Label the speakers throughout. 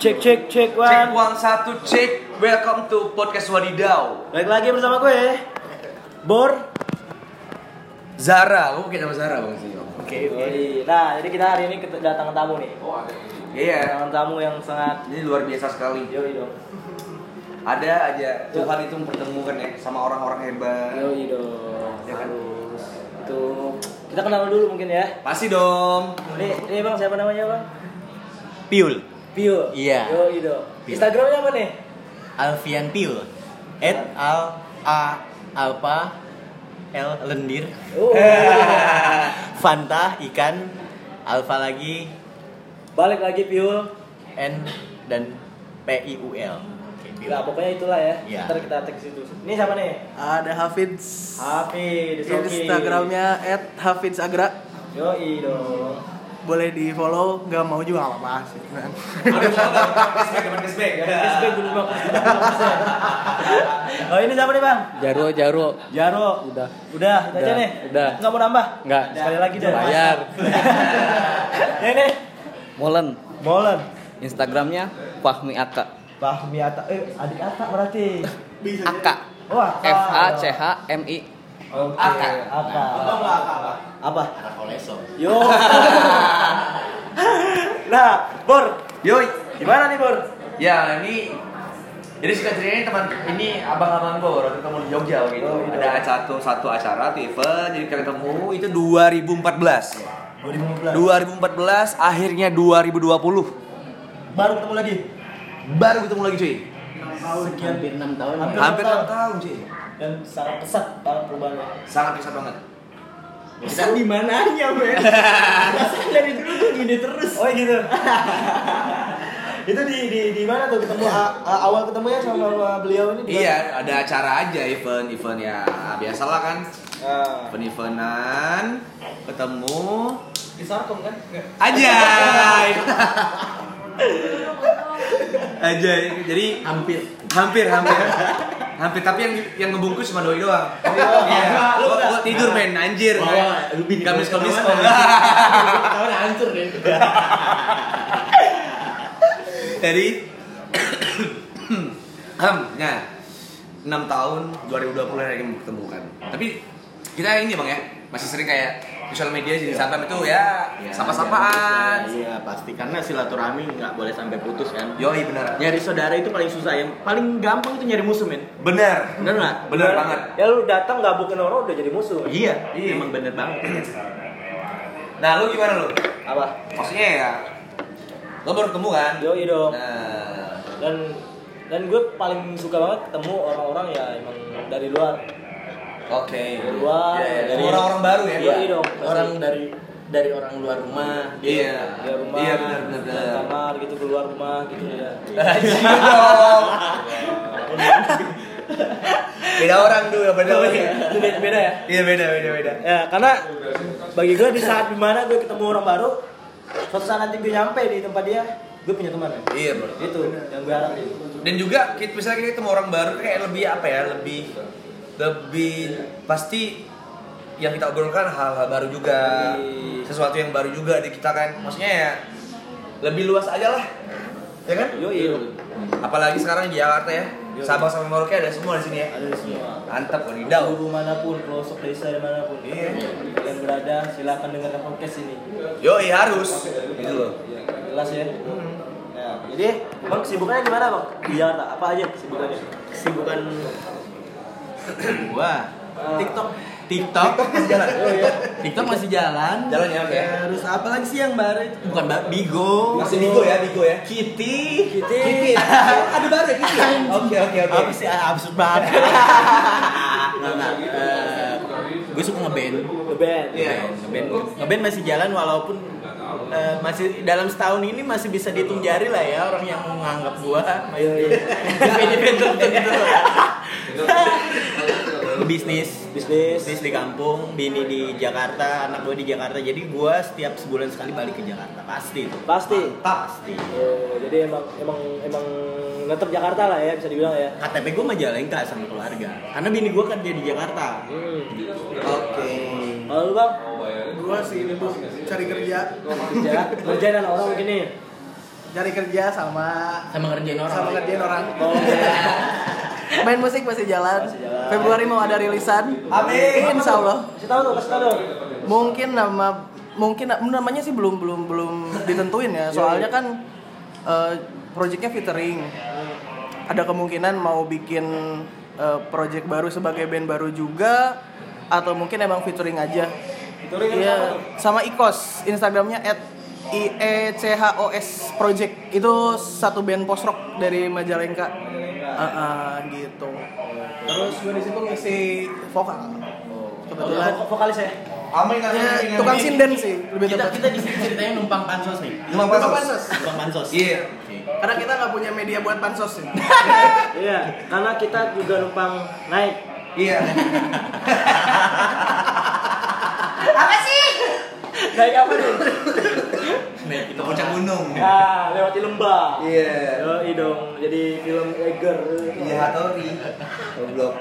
Speaker 1: Cek
Speaker 2: Cek uang satu cek. Welcome to podcast Wadidau.
Speaker 1: Balik lagi bersama gue Bor
Speaker 2: Zara, lu pakai nama Zara bang sih.
Speaker 1: Oke. Nah, jadi kita hari ini kedatangan tamu nih.
Speaker 2: Iya.
Speaker 1: Kedatangan tamu yang sangat
Speaker 2: Ini luar biasa sekali.
Speaker 1: yoi dong.
Speaker 2: Ada aja Tuhan itu mempertemukan ya sama orang-orang hebat.
Speaker 1: Yoi dong.
Speaker 2: Ya kan?
Speaker 1: Harus. Itu kita kenal dulu mungkin ya.
Speaker 2: Pasti dong.
Speaker 1: Ini Bang, siapa namanya Bang?
Speaker 3: Piul.
Speaker 1: Pio.
Speaker 3: Iya.
Speaker 1: Yoi dong.
Speaker 3: Piul.
Speaker 1: Instagramnya apa nih?
Speaker 3: Alfian Piul. Alpha L lendir.
Speaker 1: Oh.
Speaker 3: Fanta ikan. Alpha lagi
Speaker 1: Balik lagi Pio.
Speaker 3: N dan PIUL. Oke, Piul.
Speaker 1: Nah, pokoknya itulah ya.
Speaker 3: Iya.
Speaker 1: Ntar kita tag situ. Ini siapa nih?
Speaker 4: Ada Hafiz.
Speaker 1: Hafiz. Oke.
Speaker 4: Instagramnya @hafizagra.
Speaker 1: Yoi dong.
Speaker 4: Boleh di follow, nggak mau juga nggak apa-apa sih.
Speaker 2: Ada cashback.
Speaker 1: Cashback dulu 50%. Oh, ini siapa nih Bang?
Speaker 5: Jaro.
Speaker 1: Udah, itu aja
Speaker 5: Udah.
Speaker 1: nih.
Speaker 5: Udah.
Speaker 1: Nggak mau nambah?
Speaker 5: Nggak.
Speaker 1: Sekali lagi deh.
Speaker 5: Bayar.
Speaker 1: Ini
Speaker 5: Molen. Instagramnya Fahmi Aka.
Speaker 1: Fahmi Atta. Adik Atta berarti.
Speaker 5: Aka.
Speaker 1: Oh, Atta.
Speaker 5: FACHMI.
Speaker 1: Oke.
Speaker 2: Aka.
Speaker 1: Aka. Apa?
Speaker 3: Koleso.
Speaker 1: Yo. Nah, Bor,
Speaker 2: Yoi.
Speaker 1: gimana nih Bor?
Speaker 2: Ya ini. Jadi singkat ceritanya teman ini abang-abang gue waktu ketemu di Jogja gitu.
Speaker 1: Oh, iya.
Speaker 2: Ada satu acara tuh event, jadi kita ketemu itu 2014. 2014 akhirnya 2020.
Speaker 1: Baru ketemu lagi.
Speaker 2: Baru ketemu lagi cuy.
Speaker 1: Sekian
Speaker 3: Hampir 6 tahun.
Speaker 2: Hampir 6 tahun cuy.
Speaker 1: dan sangat pesat banget perubahannya.
Speaker 2: Sangat pesat banget.
Speaker 3: Kita di mananya, men? Rasanya dari dulu tuh gini terus.
Speaker 1: Oh gitu. Itu di mana tuh ketemu awal ketemunya sama beliau ini?
Speaker 2: Iya, ada acara aja event ya biasalah kan. Event-eventan ketemu
Speaker 1: Di Sarkom kan?
Speaker 2: aja. Aja. Jadi hampir tapi yang ngebungkus cuma doi doang. Iya. Gua tidur men anjir.
Speaker 3: Lu bini
Speaker 2: Kamis-kamis.
Speaker 3: tahun hancur deh.
Speaker 2: Jadi nah 6 tahun 2020 lagi mempertemukan. Tapi kita ini Bang ya, masih sering kayak sosial media jadi Instagram itu ya sapa-sapaan.
Speaker 3: Iya, pasti karena silaturahmi nggak boleh sampai putus kan.
Speaker 2: Yoi benar.
Speaker 3: Nyari saudara itu paling susah, yang paling gampang itu nyari musuh, men.
Speaker 2: Benar.
Speaker 3: Bener nggak?
Speaker 2: Benar banget.
Speaker 1: Ya lu datang gabukin orang udah jadi musuh.
Speaker 3: Iya,
Speaker 2: Iya.
Speaker 3: emang bener banget.
Speaker 2: Nah, lu gimana lu?
Speaker 1: Apa?
Speaker 2: Maksudnya ya lo baru ketemu kan?
Speaker 1: Yoi dong.
Speaker 2: Nah,
Speaker 1: Dan gue paling suka banget ketemu orang-orang ya emang dari luar.
Speaker 2: oke.
Speaker 1: Dari luar.
Speaker 2: Ya,
Speaker 3: dari
Speaker 2: orang-orang baru ya.
Speaker 1: Iya dong.
Speaker 3: Orang dari orang luar rumah.
Speaker 2: Iya.
Speaker 1: Dia rumah.
Speaker 2: Iya benar.
Speaker 1: Dari kamar gitu keluar rumah gitu ya.
Speaker 2: Anjir dong. Beda orang tuh, beda orang.
Speaker 1: Itu beda ya.
Speaker 2: Iya beda.
Speaker 1: Ya karena bagi gue di saat dimana gue ketemu orang baru, suatu saat nanti gue nyampe di tempat dia, gue punya teman.
Speaker 2: Iya bro.
Speaker 1: Itu yang gue harapin.
Speaker 2: Dan juga misalnya kita ketemu orang baru kayak lebih apa ya, lebih pasti yang kita obrolkan hal-hal baru juga, sesuatu yang baru juga di kita kan. Maksudnya ya lebih luas aja lah, ya kan?
Speaker 1: Yoi.
Speaker 2: Apalagi sekarang di Jakarta ya, Sabang sampai Merauke ada semua di sini ya.
Speaker 1: Ada di semua.
Speaker 2: Mantap, Wadidau.
Speaker 1: Guru manapun, pelosok desa dimanapun.
Speaker 2: Iya.
Speaker 1: Kalian berada, silakan dengarkan podcast ini.
Speaker 2: Yoi harus, gitu loh.
Speaker 1: Jelas ya. Nah, jadi bang kesibukannya gimana bang? Di Jakarta apa aja kesibukannya?
Speaker 3: Kesibukan gua
Speaker 1: TikTok.
Speaker 3: masih jalan.
Speaker 1: Oh iya.
Speaker 3: TikTok masih jalan.
Speaker 2: Jalan ya, oke.
Speaker 3: Terus apa lagi sih yang baru itu? Bukan Bigo.
Speaker 2: Masih Bigo ya.
Speaker 3: Kitty.
Speaker 1: Kitty.
Speaker 2: Ada baru ya gitu. Oke.
Speaker 3: Apa sih absurd banget. Enggak. Gue suka ngeband.
Speaker 1: The band.
Speaker 2: Iya.
Speaker 3: Ngeband masih jalan walaupun masih dalam setahun ini masih bisa dihitung jari lah ya orang yang menganggap gua.
Speaker 1: Iya.
Speaker 3: Band tertentu. Bisnis di kampung, bini di Jakarta, anak gue di Jakarta. Jadi gue setiap sebulan sekali balik ke Jakarta pasti itu.
Speaker 1: Pasti. Jadi emang netep Jakarta lah ya bisa dibilang ya.
Speaker 3: KTP gue Majalengka sama keluarga. Karena bini gue kerja di Jakarta.
Speaker 2: Oke.
Speaker 1: Kalau lu bang?
Speaker 4: Gua sih ini Bu, cari kerja.
Speaker 1: Kerjaan orang mungkin nih.
Speaker 4: cari kerja sama
Speaker 2: ngerjain orang.
Speaker 4: Sama ngerjain orang. Main musik masih jalan. Februari mau ada rilisan.
Speaker 1: Amin.
Speaker 4: Insya Allah.
Speaker 1: Kasih tahu tuh, kasih tahu.
Speaker 4: Mungkin namanya sih belum ditentuin ya. Soalnya kan projectnya featuring. Ada kemungkinan mau bikin project baru sebagai band baru juga, atau mungkin emang featuring aja.
Speaker 1: Featuring
Speaker 4: Iya, sama Ikos, Instagramnya @IECHOS Project. Itu satu band post rock dari Majalengka. Gitu. Terus gue di situ ngisi vokal. Kebetulan
Speaker 1: Vokalis ya.
Speaker 2: Amin
Speaker 4: ya, tukang sinden sih lebih tepat.
Speaker 3: Kita di sini ceritanya numpang pansos nih.
Speaker 2: Numpang pansos.
Speaker 3: Numpang pansos.
Speaker 2: Iya.
Speaker 4: Karena kita nggak punya media buat pansos sih.
Speaker 1: Iya, karena kita juga numpang naik.
Speaker 2: Iya.
Speaker 1: Apa sih? Naik apa nih?
Speaker 3: Naik
Speaker 2: Itu puncak gunung.
Speaker 1: Ah, lewati lembah.
Speaker 2: Iya.
Speaker 1: Yoi dong, jadi film Eger.
Speaker 2: Iya, Hattori. Goblok.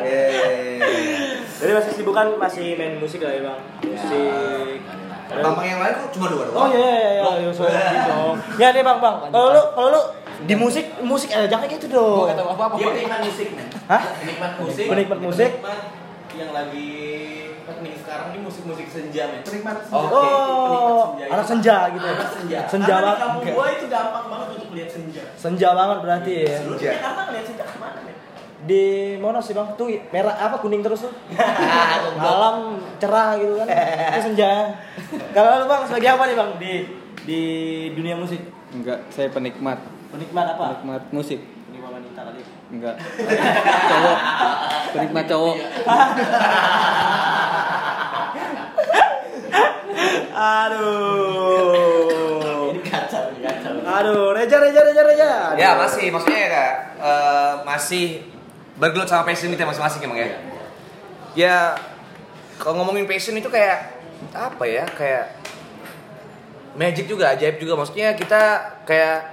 Speaker 1: Jadi masih sibukan masih main musik lah ya bang. Musik.
Speaker 2: Bang yang lain kok cuma 2 doang.
Speaker 1: Oh iya, gitu. Ya nih bang. Kalau lu di musik jangan gitu dong.
Speaker 3: Gua kata apa? Dia penikmat musik, men.
Speaker 1: Hah?
Speaker 3: Penikmat musik.
Speaker 1: Penikmat musik.
Speaker 3: Penikmat yang lagi nih sekarang ini musik senja, men.
Speaker 4: Penikmat.
Speaker 1: Oh, anak senja gitu.
Speaker 3: Anak senja.
Speaker 1: Senja
Speaker 3: Karena
Speaker 1: banget.
Speaker 3: di kampung gua itu gampang banget untuk lihat senja.
Speaker 1: Senja banget berarti ya.
Speaker 3: Lu di Jakarta ngeliat senja kemana, men?
Speaker 1: Di mana sih bang? Tuh merah apa kuning terus tuh? Malam cerah gitu kan? Itu senja. Kalau lu bang sebagai apa nih bang di dunia musik?
Speaker 5: Enggak, saya penikmat.
Speaker 1: Penikmat apa?
Speaker 5: Penikmat musik.
Speaker 1: Penikmat wanita kali.
Speaker 5: Enggak. Cowok. Penikmat cowok.
Speaker 1: Aduh.
Speaker 3: Ini kacau.
Speaker 1: Aduh, Reja.
Speaker 2: Ya masih, maksudnya ya kak, masih bergelut sama passion kita masing-masing emang ya. Ya kalau ngomongin passion itu kayak apa ya, kayak magic juga, ajaib juga. Maksudnya kita kayak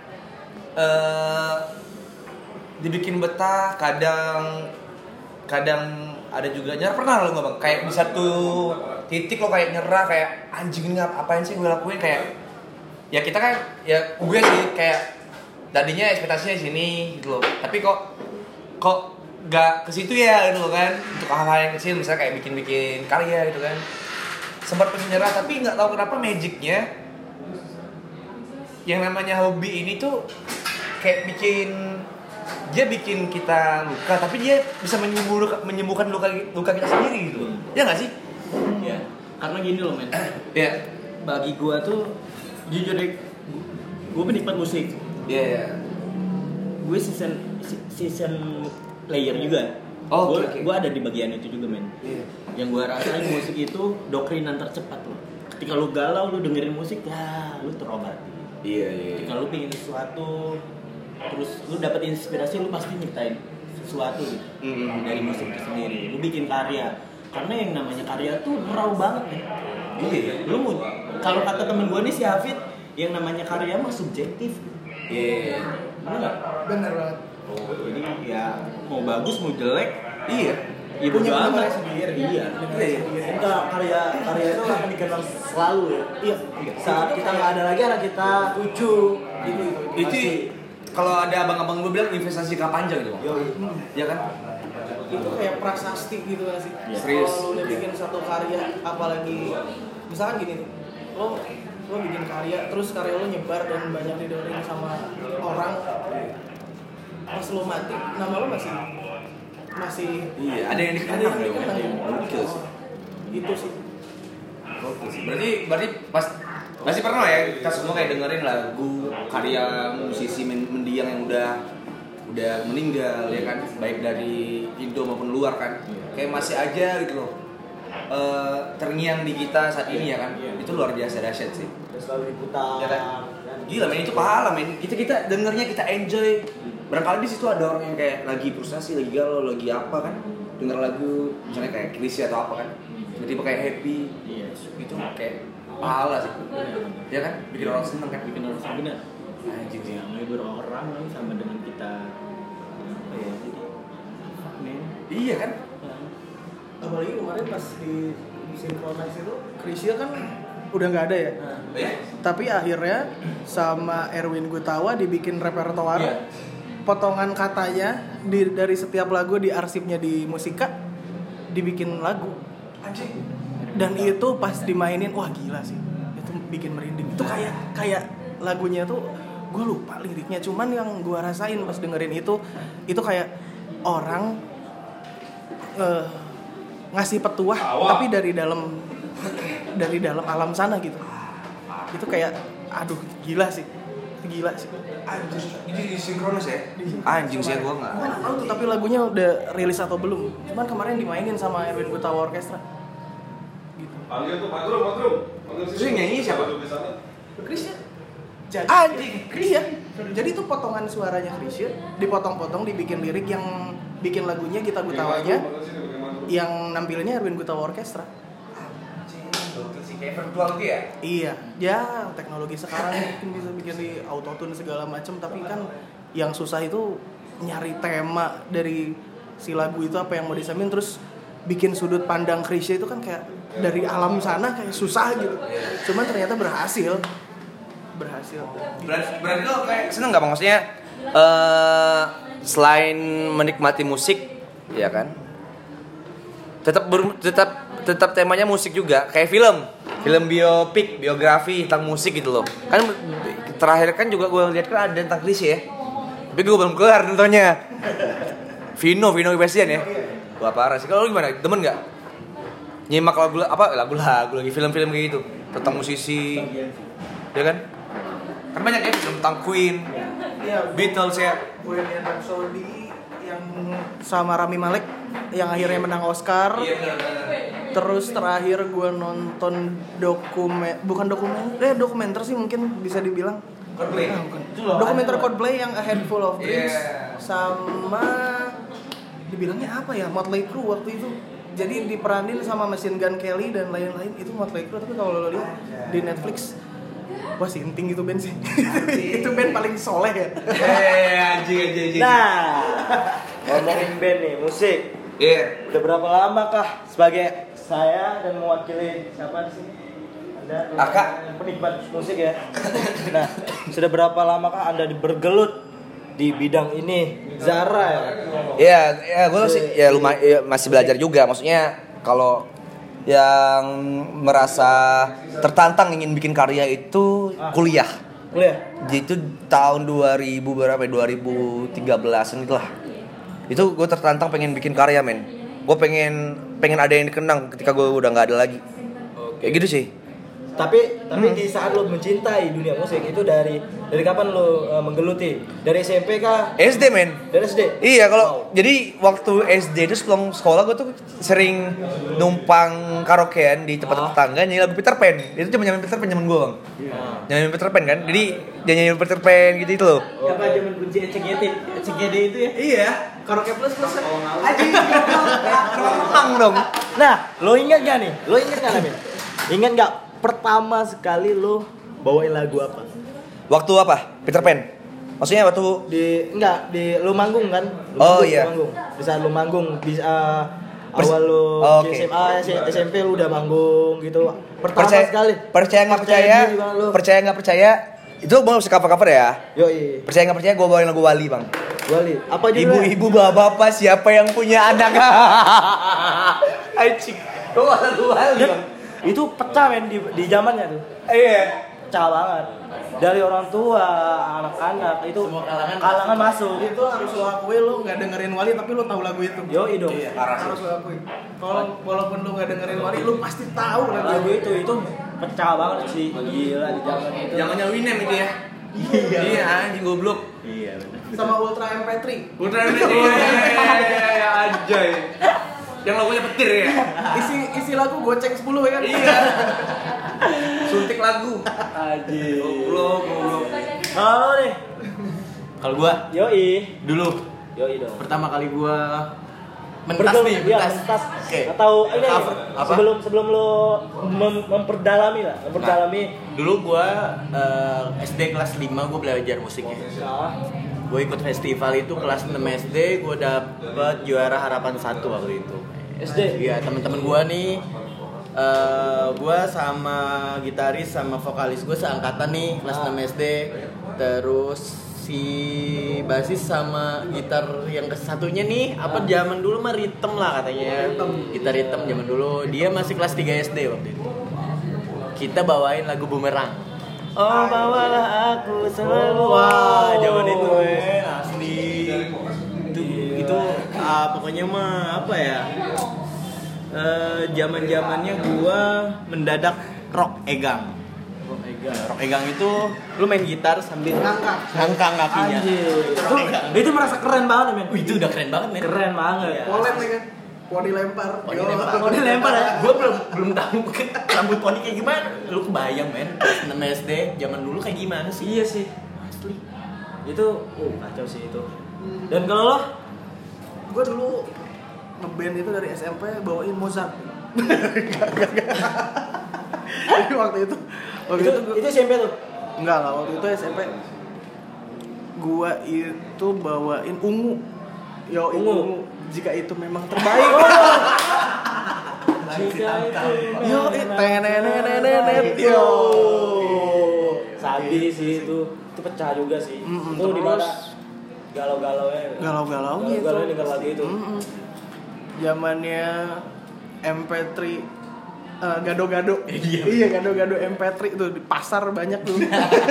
Speaker 2: dibikin betah, kadang ada juga nyerah. Pernah lo nggak bang? Kayak di satu titik lo kayak nyerah, kayak anjing ini apain sih gue lakuin, kayak ya kita kan ya gue sih kayak tadinya ekspektasinya di sini gitu loh, tapi kok nggak ke situ ya gitu loh kan, untuk hal-hal yang kecil misalnya kayak bikin karya gitu kan, sempat menyerah. Tapi nggak tahu kenapa magicnya yang namanya hobi ini tuh kayak bikin kita luka, tapi dia bisa menyembuhkan luka kita sendiri gitu loh. Ya nggak sih?
Speaker 3: Ya, karena gini loh, men.
Speaker 2: Ya.
Speaker 3: Bagi gua tuh jujur deh, gua penikmat musik.
Speaker 2: Iya.
Speaker 3: Gue season player juga.
Speaker 2: Oh,
Speaker 3: Gue
Speaker 2: okay.
Speaker 3: ada di bagian itu juga, men.
Speaker 2: Iya.
Speaker 3: Yang gue rasain musik itu doktrinan tercepat loh. Ketika lu galau, lu dengerin musik, ya lu terobati.
Speaker 2: Iya.
Speaker 3: Ketika lu pengen sesuatu, terus lu dapat inspirasi, lu pasti nyiptain sesuatu gitu. Dari musik itu sendiri. Lu bikin karya. Karena yang namanya karya tuh raw banget ya.
Speaker 2: Iya.
Speaker 3: Lu mau, kalau kata temen gue nih si Hafid, yang namanya karya mah subjektif.
Speaker 2: Iya.
Speaker 4: Bener banget.
Speaker 3: Oh, jadi ya mau bagus mau jelek,
Speaker 2: Iya.
Speaker 3: ya
Speaker 4: Punya
Speaker 3: bodo amat.
Speaker 4: karya sendiri.
Speaker 3: Iya.
Speaker 1: Enggak, karya itu akan dikenang selalu ya. Iya. Saat kita nggak ada lagi, anak kita lucu.
Speaker 2: Itu kalau ada abang-abang gue bilang investasi jangka panjang gitu bang. Ya kan?
Speaker 4: Itu kayak prasasti gitu gak sih?
Speaker 3: Ya.
Speaker 2: Serius.
Speaker 4: Kalau lu udah bikin satu karya, apalagi misalkan gini nih, lo bikin karya, terus karya lo nyebar dan banyak didengerin sama orang, pas lo mati, nama lo masih
Speaker 2: Iya. Ada yang dikenang.
Speaker 4: Gokil sih. Itu sih.
Speaker 2: Berarti pasti pernah lah ya kita semua kayak dengerin lagu karya musisi mendiang yang udah meninggal ya kan, baik dari Indo maupun luar kan, kayak masih aja gitu loh terngiang di kita saat ini ya kan. Itu luar biasa dahsyat sih.
Speaker 1: Selalu diputar.
Speaker 2: Ya kan? Gila men, itu pahala men. Kita dengernya, kita enjoy. Barangkali di situ ada orang yang kayak lagi frustasi, lagi galau, lagi apa kan, denger lagu misalnya kayak klise atau apa kan, tiba-tiba kayak happy.
Speaker 3: Iya.
Speaker 2: Itu kayak pahala sih. Ya kan? Bikin orang seneng kan,
Speaker 3: Bikin orang seneng bener.
Speaker 2: anjing sih.
Speaker 3: Yang ngehibur orang kan sama dengan kita apa ya? Jadi, men.
Speaker 2: Iya kan?
Speaker 4: Apalagi kemarin pas di Synchronize itu, Krisya kan udah nggak ada ya.
Speaker 2: Ya?
Speaker 4: Tapi akhirnya sama Erwin Gutawa dibikin repertoire.
Speaker 2: Iya.
Speaker 4: Potongan katanya dari setiap lagu di arsipnya di Musika dibikin lagu.
Speaker 2: Anjing.
Speaker 4: Dan itu pas dimainin, wah gila sih. Itu bikin merinding. Itu kayak lagunya tuh gue lupa liriknya, cuman yang gue rasain pas dengerin itu kayak orang ngasih petuah tapi dari dalam alam sana gitu. Itu kayak aduh gila sih.
Speaker 2: Anjing, ini sinkronis ya? Anjing sih gua enggak.
Speaker 4: Gue nggak tahu tuh tapi lagunya udah rilis atau belum. Cuman kemarin dimainin sama Erwin Gutawa Orkestra. Gitu.
Speaker 6: Panggil tuh Patrum.
Speaker 2: Terus yang nyanyi siapa?
Speaker 4: Christian. Jadi,
Speaker 2: Anjing.
Speaker 4: Christian. Jadi itu potongan suaranya Christian, dipotong-potong dibikin lirik yang bikin lagunya Gita Gutawanya, yang nampilinnya Erwin Gutawa Orkestra.
Speaker 2: Gokil sih, kayak virtual gitu ya?
Speaker 4: Iya, ya teknologi sekarang mungkin bisa bikin di autotune segala macam, tapi kan yang susah itu nyari tema dari si lagu itu apa yang mau disampaikan, terus bikin sudut pandang Krisya itu kan kayak dari alam sana kayak susah gitu. Cuman ternyata berhasil.
Speaker 2: Berarti lo kayak seneng nggak bang? Maksudnya selain menikmati musik, ya kan? Tetap temanya musik juga, kayak film biografi tentang musik gitu loh. Kan terakhir kan juga gue lihat kan ada tentang Krisya ya. Tapi gue belum kelar nontonnya. Vino Bastian ya. Wah parah sih. Kalau lu gimana? Demen nggak? Nyimak lagu lagi film-film kayak gitu tentang musisi, ya kan? Kan banyak ya film tentang Queen, Beatles ya.
Speaker 4: Bohemian Rhapsody yang sama Rami Malek yang akhirnya menang Oscar.
Speaker 2: Iya benar.
Speaker 4: Terus terakhir gue nonton dokumenter sih mungkin bisa dibilang.
Speaker 2: Coldplay.
Speaker 4: Dokumenter Coldplay yang A Handful of Dreams.
Speaker 2: Yeah.
Speaker 4: Sama dibilangnya apa ya, Motley Crue waktu itu. Jadi diperanin sama Machine Gun Kelly dan lain-lain, itu Motley Crue. Tapi kalau lo lihat di Netflix, wah sinting itu band sih. Itu band paling soleh ya.
Speaker 2: Anjing.
Speaker 1: Nah, ngomongin band nih, musik.
Speaker 2: Iya.
Speaker 1: Udah berapa lama kah sebagai saya dan mewakili siapa di sini? Anda
Speaker 2: Aka.
Speaker 1: penikmat musik ya. Nah, sudah berapa lama kah Anda bergelut di bidang ini? Zara ya?
Speaker 2: Ya gue sih masih belajar juga. Maksudnya kalau yang merasa tertantang ingin bikin karya itu kuliah. Jadi itu tahun 2000 berapa? 2013an itulah. Itu gue tertantang pengen bikin karya men. Gue pengen ada yang dikenang ketika gue udah nggak ada lagi. Kayak gitu sih.
Speaker 1: Tapi di saat lo mencintai dunia musik itu dari kapan lo menggeluti? Dari SMP kah?
Speaker 2: SD men.
Speaker 1: Dari SD?
Speaker 2: Iya kalau jadi waktu SD itu sebelum sekolah gue tuh sering numpang karaokean di tempat tetangga nyanyi lagu Peter Pan. Itu cuma nyanyi Peter Pan zaman gue bang. Nyanyi Peter Pan kan. Jadi dia nyanyi Peter Pan gitu itu loh.
Speaker 3: Apa zaman kunci CGD itu ya?
Speaker 2: Iya.
Speaker 4: Karaoke plus.
Speaker 2: Aji menang dong.
Speaker 1: Nah, lo ingat gak nih? Ingat gak pertama sekali lo bawain lagu apa?
Speaker 2: Waktu apa? Peter Pan. Maksudnya waktu
Speaker 1: di lu manggung kan?
Speaker 2: Iya.
Speaker 1: Di saat lu manggung awal lu di SMA, SMP lu udah manggung gitu. Pertama sekali.
Speaker 2: Percaya nggak percaya? Itu mau cover ya?
Speaker 1: Yoi.
Speaker 2: Percaya nggak percaya gue bawain lagu Wali bang.
Speaker 1: Wali. Apa judulnya?
Speaker 2: Ibu-ibu bapak siapa yang punya anak? Anjing. Gue lagu Wali bang.
Speaker 1: Itu pecah men di zamannya tuh.
Speaker 2: Iya.
Speaker 1: Pecah banget. Dari orang tua, anak-anak itu
Speaker 3: Semua
Speaker 1: kalangan masuk.
Speaker 4: Itu harus lo akui, lo nggak dengerin Wali tapi lo tahu lagu itu.
Speaker 1: Yoi dong.
Speaker 4: Iya, harus lo akui. Kalau walaupun lo nggak dengerin Wali, lo pasti tahu
Speaker 1: Lagu itu pecah banget sih. Gila di zaman itu.
Speaker 2: Zamannya Winem itu ya. Iya anjing goblok.
Speaker 1: Iya benar.
Speaker 4: sama Ultra MP3.
Speaker 2: Ultra MP3. Iya anjay. Yang lagunya petir ya.
Speaker 4: Isi lagu goceng 10 ya kan?
Speaker 2: Iya. Suntik lagu.
Speaker 1: Anjir.
Speaker 2: Goblok.
Speaker 1: Halo nih.
Speaker 3: Kalau gua
Speaker 1: Yoi.
Speaker 3: dulu
Speaker 1: Yoi dong.
Speaker 3: pertama kali gua
Speaker 1: Bergaul,
Speaker 3: mentas nih,
Speaker 1: iya,
Speaker 3: mentas.
Speaker 1: mentas.
Speaker 3: Oke.
Speaker 1: Atau ini
Speaker 3: Cover, apa?
Speaker 1: sebelum lo memperdalami.
Speaker 3: Dulu gua SD kelas 5 gua belajar musiknya.
Speaker 1: Nah,
Speaker 3: Gue ikut festival itu kelas 6 SD, gue dapet juara harapan 1 waktu itu.
Speaker 1: SD?
Speaker 3: Iya, teman-teman gue nih
Speaker 6: Gue sama gitaris sama vokalis gue seangkatan nih, kelas 6 SD. Terus si basis sama gitar yang kesatunya nih apa zaman dulu mah Rhythm lah katanya. Gitar Rhythm zaman dulu. Dia masih kelas 3 SD waktu itu. Kita bawain lagu Bumerang.
Speaker 1: Oh bawalah aku selalu.
Speaker 6: Wah, zaman itu asli. Itu pokoknya mah apa ya? Zaman-zamannya gua mendadak rock egang. Rock egang itu lu main gitar sambil ngangkang kakinya.
Speaker 1: Itu merasa keren banget men.
Speaker 6: Itu udah keren banget men.
Speaker 1: Keren banget.
Speaker 4: Polen nih kan. Poni lempar.
Speaker 6: Poni lempar ya. Gua belum tahu rambut poni kayak gimana. Lu kebayang men. 6 SD zaman dulu kayak gimana sih?
Speaker 1: Iya sih.
Speaker 6: Asli.
Speaker 1: Itu kacau sih itu. Dan kalau lo?
Speaker 4: Gue dulu ngeband itu dari SMP bawain Mozart. Jadi waktu itu
Speaker 1: Itu SMP tuh.
Speaker 4: enggak lah, waktu itu SMP gua itu bawain Ungu. Ungu. Jika itu memang terbaik. Yo, tenenenenet yo.
Speaker 1: Sabi sih itu pecah juga sih. Itu di mana galau-galaunya.
Speaker 4: Galau-galaunya itu.
Speaker 1: Galau denger lagu itu.
Speaker 4: Zamannya MP3 gado-gado. Iya, gado-gado MP3 tuh di pasar banyak tuh.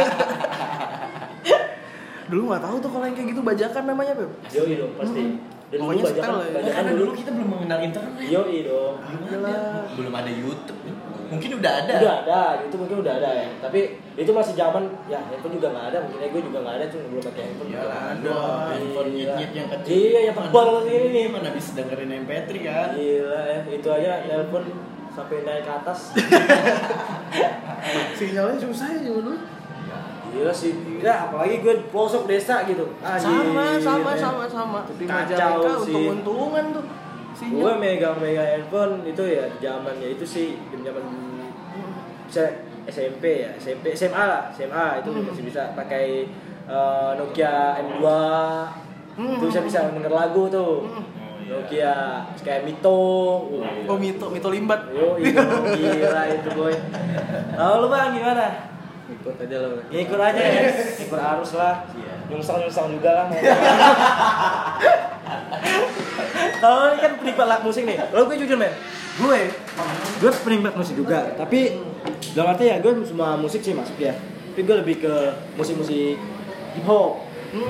Speaker 4: Dulu nggak tahu tuh kalau yang kayak gitu bajakan namanya, Beb.
Speaker 1: Yoi dong pasti. Dan
Speaker 4: Pokoknya setel ya.
Speaker 6: Karena dulu kita belum mengenal internet.
Speaker 1: Yoi dong.
Speaker 6: Belum ada YouTube. Mungkin udah ada.
Speaker 1: Udah ada, itu mungkin udah ada ya. Tapi itu masih zaman ya handphone juga nggak ada, mungkin gue juga nggak ada cuma belum pakai handphone.
Speaker 6: Ada handphone nyit-nyit yang kecil.
Speaker 1: Iya, yang tebal ini nih.
Speaker 6: Mana bisa dengerin MP3 kan?
Speaker 1: Gila ya, itu aja telepon sampai naik ke atas.
Speaker 4: Sinyalnya susah ya dulu.
Speaker 1: Gila sih, ya apalagi gue di pelosok desa gitu.
Speaker 4: Sama. Di
Speaker 1: Kacau
Speaker 4: Majalengka
Speaker 1: sih.
Speaker 4: untung-untungan tuh.
Speaker 1: Gue megang handphone itu ya zamannya itu sih zaman SMP ya, SMA lah, SMA itu masih bisa pakai Nokia M2. Itu bisa denger lagu tuh. Nokia kayak Mito.
Speaker 4: Oh, Mito limbat.
Speaker 1: Yo, gila itu boy. Lalu lu Bang gimana?
Speaker 6: Ikut aja lo.
Speaker 1: Ikut aja ya. Ikut arus lah. Nyungsang juga lah. Kalau ini kan penikmat musik nih. Lalu gue jujur men. Gue penikmat musik juga. Tapi dalam arti ya gue semua musik sih masuk ya. Tapi gue lebih ke musik-musik hip hop.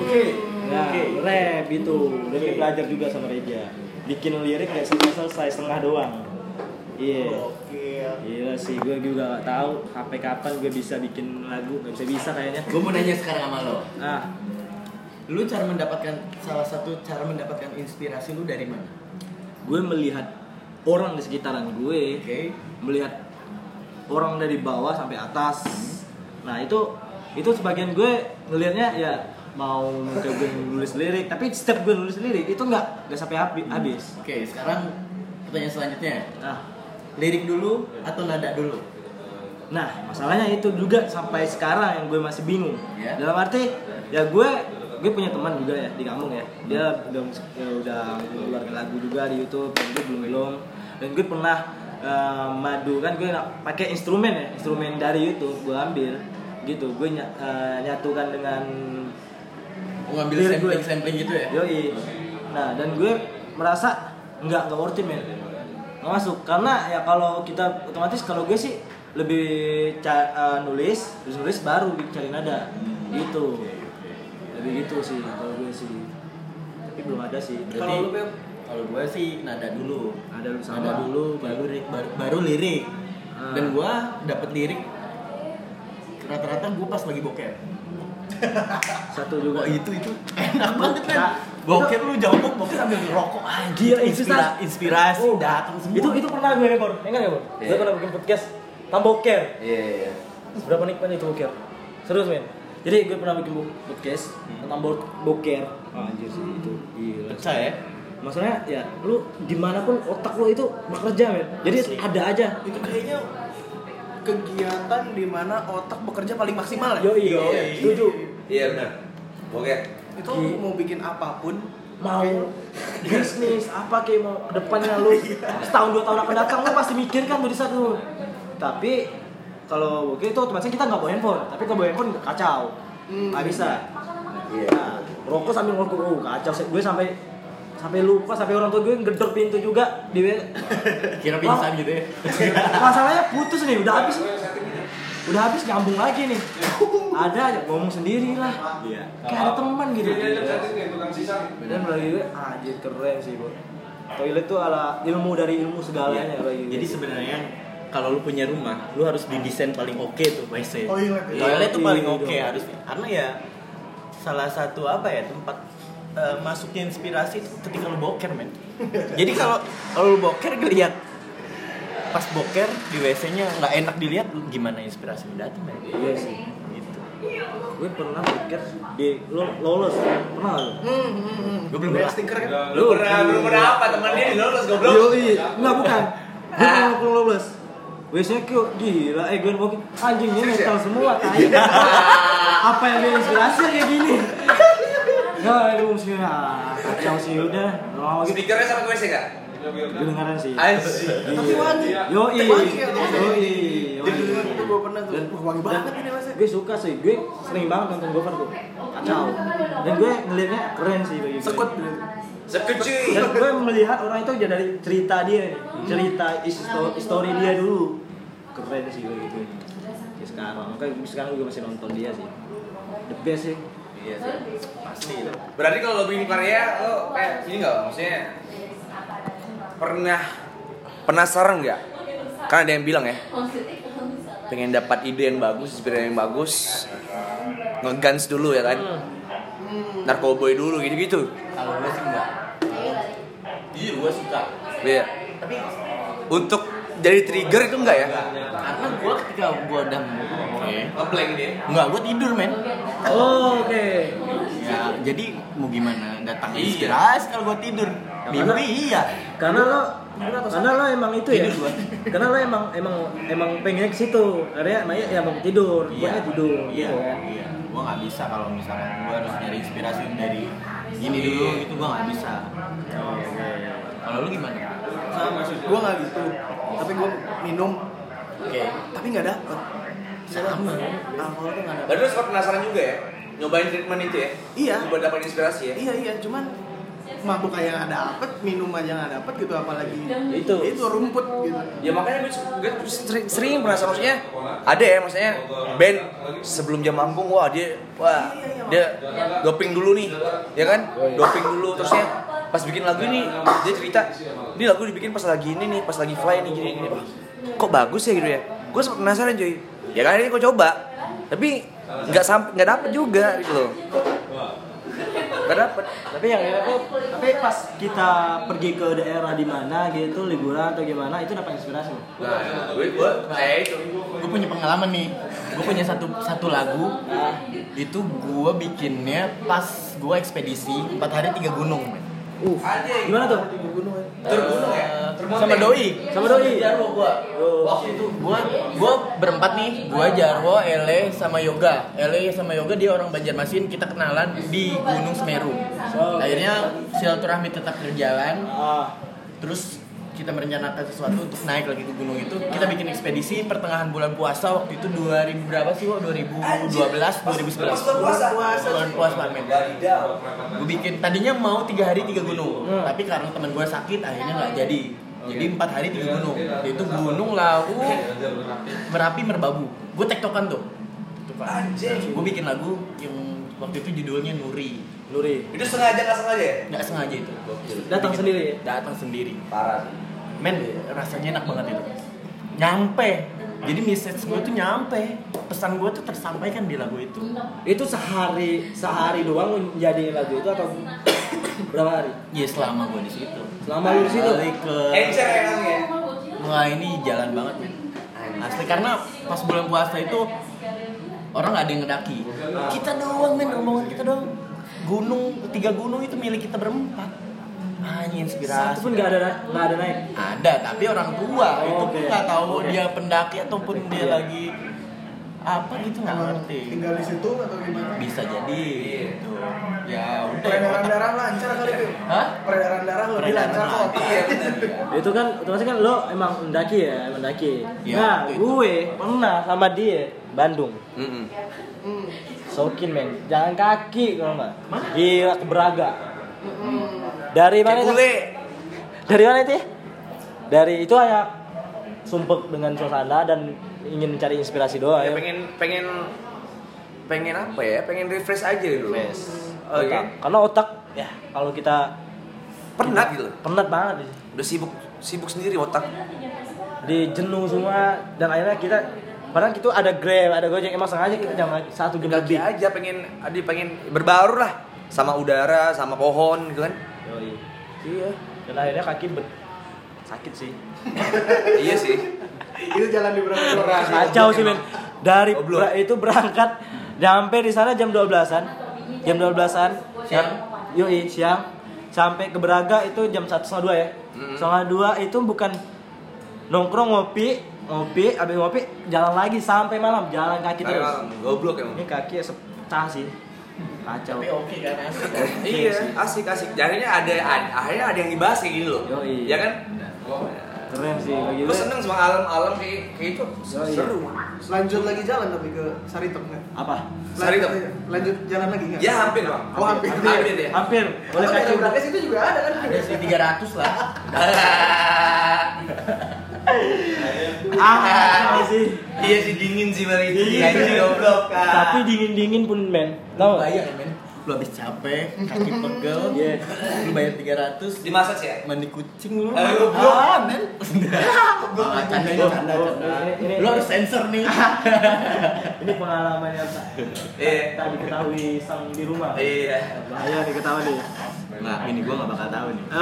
Speaker 1: Rap gitu. Dan gue belajar juga sama Reja. Bikin lirik gak selesai setengah doang. Iya. Gila sih, gue juga gak tahu sampai kapan gue bisa bikin lagu, gak bisa kayaknya.
Speaker 6: Gue mau nanya sekarang sama lo.
Speaker 2: Lu salah satu cara mendapatkan inspirasi lu dari mana?
Speaker 1: Gue melihat orang di sekitaran gue, melihat orang dari bawah sampai atas. Nah itu sebagian gue ngelihatnya ya mau gue nulis lirik, tapi setiap gue nulis lirik itu nggak sampai habis.
Speaker 2: Oke, sekarang pertanyaan selanjutnya.
Speaker 1: Lirik dulu
Speaker 2: atau nada dulu?
Speaker 1: Nah, masalahnya itu juga sampai sekarang yang gue masih bingung.
Speaker 2: Ya.
Speaker 1: Dalam arti ya gue punya teman juga ya di kampung ya. Dia udah mengeluarkan lagu juga di YouTube, dan gue belum. Dan gue pernah madu kan gue pakai instrumen dari YouTube gue ambil gitu. Gue nyatukan dengan
Speaker 2: ngambil sampling gitu ya.
Speaker 1: Yoi. Nah, dan gue merasa nggak worth it men. Nggak masuk karena ya kalau kita otomatis kalau gue sih lebih nulis baru cari nada gitu. Lebih gitu sih kalau gue sih. Tapi belum ada sih.
Speaker 2: Kalau lu kalau gue sih nada dulu baru lirik. Dan gue dapet lirik rata-rata gue pas lagi boker.
Speaker 1: Satu juga.
Speaker 2: Itu enak banget kan. Boker lu jauh boker sambil ngerokok anjir. Inspirasi datang semua.
Speaker 1: Itu pernah gue rekor. Enggak ya, Bor? Gue pernah bikin podcast tentang boker.
Speaker 2: Iya.
Speaker 1: Seberapa nikmatnya itu boker. Serius, men. Jadi gue pernah bikin podcast tentang boker. Anjir sih itu. Gila.
Speaker 2: Pecah ya?
Speaker 1: Maksudnya ya lu dimanapun otak lu itu bekerja, men. Jadi ada aja.
Speaker 4: Itu kayaknya kegiatan di mana otak bekerja paling maksimal ya.
Speaker 1: Yoi. Setuju.
Speaker 2: Iya benar. Boker.
Speaker 4: Itu mau bikin apapun
Speaker 1: mau bisnis apa kayak mau kedepannya lu setahun 2 tahun akan datang lu pasti mikir kan dari satu. Tapi kalau begitu otomatis kita nggak bawa handphone, tapi kalau bawa handphone kacau, nggak bisa. Nah, rokok sambil ngerokok, kacau. Gue sampai lupa, sampai orang tua gue ngedor pintu juga di
Speaker 6: Kira pingsan gitu ya.
Speaker 1: Masalahnya putus nih, udah habis nyambung lagi nih. Ada aja ngomong sendiri lah.
Speaker 6: Iya.
Speaker 1: Kayak ada teman gitu. Dan bagi gue anjir keren sih, Bro. Toilet tuh ala ilmu dari ilmu segalanya bagi gue.
Speaker 6: Jadi sebenarnya kalau lu punya rumah, lu harus didesain paling oke tuh WC.
Speaker 4: Toilet.
Speaker 6: Toilet tuh paling
Speaker 1: Iya,
Speaker 6: oke
Speaker 1: iya.
Speaker 6: harus. Karena ya salah satu tempat masuknya inspirasi itu ketika lu boker, men. Jadi kalau lu boker ngeliat pas boker di WC-nya nggak enak dilihat, gimana inspirasi lu datang, men?
Speaker 1: Iya sih.
Speaker 6: Gitu.
Speaker 1: Gue pernah boker di lolos. Pernah lu?
Speaker 6: Gue belum pernah.
Speaker 4: Stiker kan?
Speaker 2: Lu pernah apa temennya di lolos goblok?
Speaker 1: Yoi, enggak bukan. Gue pernah lolos. WC-nya gila, gue boker. Anjing ini metal semua, tai. Apa yang inspirasi kayak gini? Nggak, itu musiknya kacau sih udah. Lama gitu.
Speaker 2: Speakernya sama WC gak?
Speaker 1: Kedengaran sih.
Speaker 2: Anjir.
Speaker 4: Tapi wangi.
Speaker 1: Yoi.
Speaker 4: Itu gue pernah tuh. Wangi banget ini Mas.
Speaker 1: Gue suka sih, gue sering banget nonton Gofar tuh. Kacau. Dan gue ngeliatnya keren sih bagi gue.
Speaker 4: Sekut.
Speaker 2: Sekucuy.
Speaker 1: Dan gue melihat orang itu aja dari cerita dia nih. Cerita story dia dulu. Keren sih bagi gue. Ya sekarang, sekarang gue masih nonton dia sih. The best sih.
Speaker 2: Iya sih. Pasti itu. Berarti kalau lo bikin karya, lo kayak ini nggak? Maksudnya pernah penasaran nggak? Karena ada yang bilang ya, pengen dapat ide yang bagus, inspirasi yang bagus, ngegans dulu ya kan, narkoboy dulu gitu-gitu.
Speaker 6: Kalau gue sih enggak. Iya, gue suka.
Speaker 2: Iya.
Speaker 6: Tapi
Speaker 2: Untuk jadi trigger itu enggak ya?
Speaker 6: karena gue ketika gue udah
Speaker 2: Ngeblank dia.
Speaker 6: enggak, gue tidur, men.
Speaker 1: Oh, oke.
Speaker 6: Ya, jadi mau gimana datang
Speaker 2: Iya.
Speaker 6: inspirasi kalau gue tidur. Mimpi iya.
Speaker 1: Karena lo emang itu ya.
Speaker 6: Tidur gua.
Speaker 1: Karena lo emang pengennya ke situ. Karena ya mau tidur, buatnya tidur.
Speaker 6: Iya.
Speaker 1: gitu kan.
Speaker 6: Iya. Gue nggak bisa kalau misalkan gue harus nyari inspirasi dari ini dulu, itu gue nggak bisa. Kalau lu gimana?
Speaker 4: Sama sih. Gue nggak gitu. Tapi gue minum.
Speaker 6: Oke.
Speaker 4: Tapi nggak dapet.
Speaker 6: Sama.
Speaker 4: Alkohol tuh nggak dapet.
Speaker 2: Berarti lo sempat penasaran juga ya? Nyobain treatment itu ya?
Speaker 4: Iya.
Speaker 2: Buat dapat inspirasi ya?
Speaker 4: Iya. Cuman mabuk kayak nggak dapet, minum aja nggak dapet gitu, apalagi
Speaker 1: Itu
Speaker 4: rumput gitu.
Speaker 2: Ya makanya gue sering penasaran, maksudnya ada ya, maksudnya band sebelum jam manggung, dia doping dulu nih, ya kan, doping dulu, terusnya pas bikin lagu ini dia cerita, ini lagu dibikin pas lagi ini nih, pas lagi fly nih, gini, wah, kok bagus ya gitu ya, gue sempet penasaran cuy, ya kan ini gue coba, tapi nggak dapet juga gitu loh. Gak dapet.
Speaker 1: tapi yang enak tuh pas kita pergi ke daerah di mana gitu liburan atau gimana itu dapat inspirasi.
Speaker 2: Nah, gue kayak itu.
Speaker 6: Gue punya pengalaman nih. Gue punya satu lagu. Itu gue bikinnya pas gue ekspedisi 4 hari 3 gunung.
Speaker 1: Gimana tuh?
Speaker 2: Tergunung ya?
Speaker 6: Sama doi. Jarwo gua. Waktu itu gua berempat nih, gua Jarwo, Ele sama Yoga. Ele sama Yoga dia orang Banjarmasin, kita kenalan di Gunung Semeru. Akhirnya silaturahmi tetap berjalan. Terus kita merencanakan sesuatu untuk naik lagi ke gunung itu. Kita bikin ekspedisi pertengahan bulan puasa waktu itu 2000 berapa sih? 2012, 2011. Bulan puasa, men. Gue bikin tadinya mau 3 hari 3 gunung, tapi karena teman gue sakit akhirnya nggak jadi. Jadi 4 hari 3 gunung. Itu Gunung Lawu, Merapi, Merbabu. Gue tektokan tuh. Gue bikin lagu yang waktu itu judulnya Nuri.
Speaker 2: Itu sengaja nggak sengaja ya?
Speaker 6: Nggak sengaja itu.
Speaker 1: Datang sendiri.
Speaker 6: Datang sendiri.
Speaker 2: Parah.
Speaker 6: Men, rasanya enak banget itu. Nyampe. Jadi message gue tuh nyampe. Pesan gue tuh tersampaikan di lagu itu.
Speaker 1: Itu sehari doang jadi lagu itu atau berapa hari?
Speaker 6: Ya selama gue di situ.
Speaker 1: Selama lu di situ?
Speaker 6: Balik ke
Speaker 2: Encer ya?
Speaker 6: wah ini jalan banget, men. Asli karena pas bulan puasa itu orang nggak ada yang ngedaki. Kita doang, men, rombongan kita doang. 3 gunung itu milik kita berempat. Hanya inspirasi.
Speaker 1: Satu pun nggak ada naik.
Speaker 6: Ada, tapi orang tua itu pun
Speaker 1: Oke.
Speaker 6: nggak tahu dia pendaki ataupun dia lagi apa gitu, nggak ngerti.
Speaker 4: Tinggal di situ atau gimana?
Speaker 6: Bisa jadi gitu. Ya udah.
Speaker 4: Peredaran darah lancar kali itu. Peredaran darah lebih
Speaker 3: Peredaran
Speaker 4: lancar kok.
Speaker 3: darah.
Speaker 2: Iya benar.
Speaker 1: Itu kan otomatis kan lo emang mendaki ya, mendaki.
Speaker 3: Iya,
Speaker 1: Nah,
Speaker 3: itu.
Speaker 1: gue pernah sama dia Bandung. Sokin men, jalan kaki kalau nggak. Gila ke Braga. Dari mana?
Speaker 2: Kayak
Speaker 1: itu?
Speaker 2: bule.
Speaker 1: Dari mana itu ya? Dari itu hanya sumpek dengan suasana dan ingin mencari inspirasi doang
Speaker 2: Ya
Speaker 1: ya.
Speaker 2: pengen apa ya? Pengen refresh aja dulu. Oke.
Speaker 1: Karena otak ya kalau kita
Speaker 2: Penat gitu.
Speaker 1: penat banget sih.
Speaker 2: Udah sibuk sendiri otak.
Speaker 1: Di jenuh semua dan akhirnya kita padahal itu ada Grab, ada Gojek emang sengaja kita jam 1 jam
Speaker 2: Kaki
Speaker 1: lebih.
Speaker 2: aja pengen berbaur lah sama udara, sama pohon gitu kan.
Speaker 1: Yoi.
Speaker 2: Iya.
Speaker 1: Dan akhirnya kaki sakit sih.
Speaker 2: Iya sih.
Speaker 4: Itu jalan di berapa
Speaker 1: Kacau sih men. Dari
Speaker 2: Goblok.
Speaker 1: itu berangkat sampai di sana jam 12-an. Jam 12-an
Speaker 2: Siang.
Speaker 1: Yoi, siang. Sampai ke Braga itu jam 1:30 ya. 1:30 itu bukan nongkrong ngopi, abis ngopi jalan lagi sampai malam, jalan kaki terus.
Speaker 2: Goblok emang.
Speaker 1: Ini kaki sepecah sih. Kacau.
Speaker 3: Tapi oke kan asik.
Speaker 2: Iya, asik. Akhirnya ada yang dibahas kayak gini loh.
Speaker 1: Yoi.
Speaker 2: Ya kan?
Speaker 1: Keren sih begitu.
Speaker 2: Gue seneng sama alam-alam kayak itu.
Speaker 1: Yoi.
Speaker 2: Seru.
Speaker 4: Lanjut lagi jalan tapi ke Saritem nggak?
Speaker 1: Apa?
Speaker 2: Saritem.
Speaker 4: Lanjut jalan lagi nggak?
Speaker 2: Ya hampir bang.
Speaker 4: Oh, hampir.
Speaker 2: Hampir ya.
Speaker 1: Hampir. Boleh
Speaker 4: Atau
Speaker 1: kaki.
Speaker 4: daerah Braga situ juga ada kan?
Speaker 3: Ada sih 300 lah.
Speaker 1: Ah, sih.
Speaker 2: Iya sih dingin sih bang itu. Anjing goblok.
Speaker 1: Tapi dingin-dingin pun men. Tahu nggak?
Speaker 3: Bayar ya men. Lu habis capek, kaki pegel,
Speaker 1: Iya.
Speaker 3: lu bayar 300
Speaker 2: Dimasak sih ya.
Speaker 3: mandi kucing lu.
Speaker 2: Goblok.
Speaker 3: Men. Canda.
Speaker 1: Ini
Speaker 3: Lu harus sensor nih.
Speaker 1: ini pengalaman yang tak diketahui sang di rumah.
Speaker 2: Iya.
Speaker 1: Bahaya nih ketahuan nih.
Speaker 3: Nah, ini gua gak bakal tahu nih.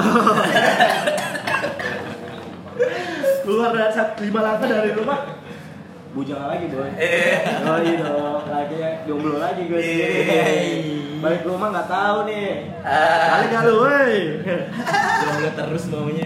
Speaker 1: Keluar dari 5 langkah dari rumah. Bujang lagi boy. Oh iya dong, lagi jomblo lagi gue. Balik rumah nggak tahu nih. Kali nggak lu, woi.
Speaker 3: Jomblo terus maunya.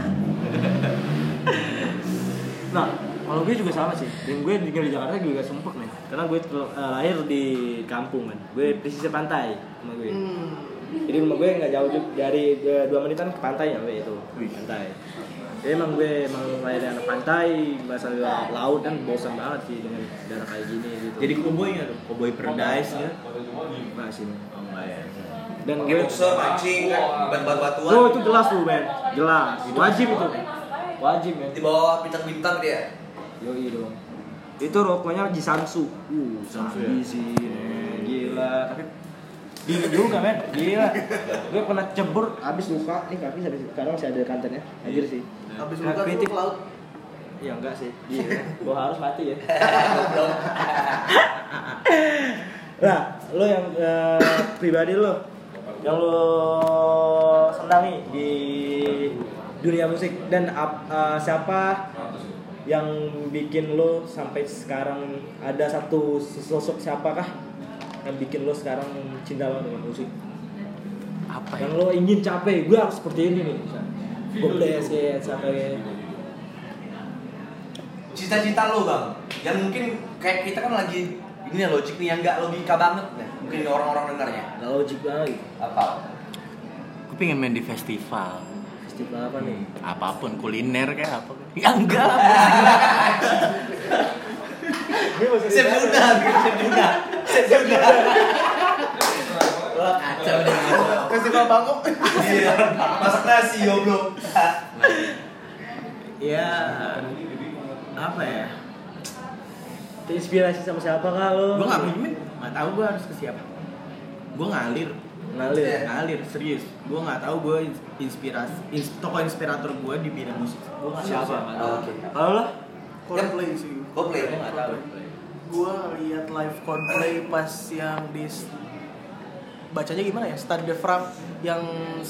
Speaker 1: Nah, kalau gue juga sama sih. Dan gue tinggal di Jakarta juga sumpek nih. Karena gue lahir di kampung kan. Gue pesisir pantai sama gue. Jadi rumah gue nggak jauh dari 2 menitan ke pantai ya, itu pantai. Ya emang gue lahir dari anak pantai, bahasa laut kan bosan banget sih dengan daerah kayak gini gitu.
Speaker 3: Jadi cowboy nggak tuh? Cowboy paradise ya?
Speaker 1: Enggak sih.
Speaker 3: Oh enggak ya.
Speaker 1: Dan
Speaker 2: Pakai
Speaker 1: gue
Speaker 2: boxer, mancing kan, batu-batuan.
Speaker 1: oh itu jelas tuh men, jelas. Wajib itu. Wajib men.
Speaker 2: Di bawah bintang-bintang dia.
Speaker 1: Yoi dong. Itu rokoknya Jisansu. Sabi sih, gila. Tapi dingin juga men, gila. Gue pernah cebur, abis luka, nih kaki sekarang masih ada kantennya. Anjir sih.
Speaker 4: Habis
Speaker 1: Nah,
Speaker 4: buka
Speaker 1: kritik.
Speaker 4: ke laut.
Speaker 1: Ya enggak sih. Gila. Gue harus mati ya. Nah, lo yang pribadi lo, yang lo senangi di dunia musik dan siapa yang bikin lo sampai sekarang ada satu sosok siapakah yang bikin lo sekarang cinta banget dengan musik?
Speaker 3: Apa
Speaker 1: Yang lo ingin capai, gue harus seperti ini nih. Gue bless ya sampai
Speaker 2: Cita-cita lo bang, yang mungkin kayak kita kan lagi ini ya logik nih yang nggak logika banget nih. Mungkin orang-orang dengarnya.
Speaker 1: nggak logik banget.
Speaker 2: Apa?
Speaker 3: Gue pengen main di festival.
Speaker 1: Festival apa nih?
Speaker 3: Apapun kuliner kayak apa? Ya enggak lah.
Speaker 2: Chef Duda.
Speaker 3: Wah kacau deh.
Speaker 4: Festival Bangkok.
Speaker 2: Iya. Masak nasi goblok.
Speaker 3: Ya apa ya?
Speaker 1: Terinspirasi sama siapa kah lo?
Speaker 3: Gue nggak punya, nggak tahu gue harus ke siapa. Gue ngalir, ngalir serius. Gue nggak tahu gue tokoh inspirator gue di bidang musik. Gue nggak tahu
Speaker 1: Siapa?
Speaker 2: Oke.
Speaker 1: Kalau lo?
Speaker 4: Coldplay sih.
Speaker 2: Coldplay.
Speaker 3: Gue nggak tahu.
Speaker 4: Gue lihat live Coldplay pas yang di bacanya gimana ya? Stade de France yang